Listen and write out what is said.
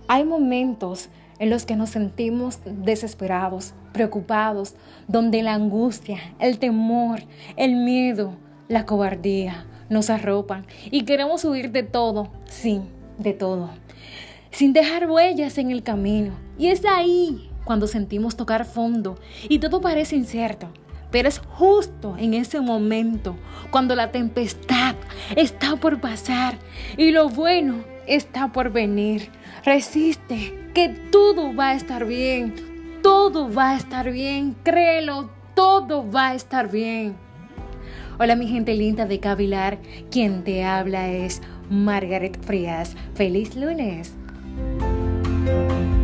Hay momentos en los que nos sentimos desesperados, preocupados, donde la angustia, el temor, el miedo, la cobardía nos arropan y queremos huir de todo, sí, de todo, sin dejar huellas en el camino. Y es ahí cuando sentimos tocar fondo y todo parece incierto. Pero es justo en ese momento cuando la tempestad está por pasar y lo bueno está por venir. Resiste, que todo va a estar bien. Todo va a estar bien. Créelo, todo va a estar bien. Hola mi gente linda de Cavilar. Quien te habla es Margaret Frías. ¡Feliz lunes!